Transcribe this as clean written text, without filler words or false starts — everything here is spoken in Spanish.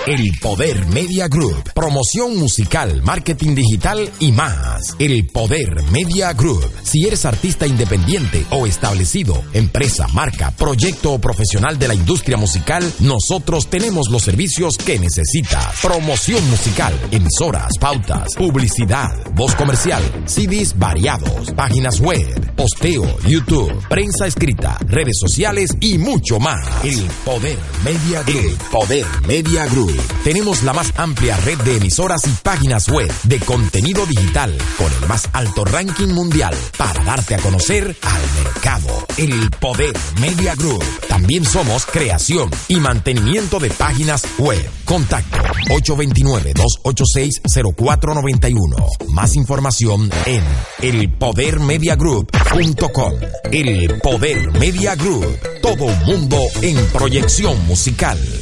El Poder Media Group. Promoción musical, marketing digital y más. El Poder Media Group. Si eres artista independiente o establecido, empresa, marca, proyecto o profesional de la industria musical, nosotros tenemos los servicios que necesitas. Promoción musical, emisoras, pautas, publicidad, voz comercial, CDs variados, páginas web, posteo, YouTube, prensa escrita, redes sociales y mucho más. El Poder Media Group. El Poder Media Group. Tenemos la más amplia red de emisoras y páginas web de contenido digital con el más alto ranking mundial para darte a conocer al mercado. El Poder Media Group. También somos creación y mantenimiento de páginas web. Contacto 829-286-0491. Más información en elpodermediagroup.com. El Poder Media Group. Todo un mundo en proyección musical.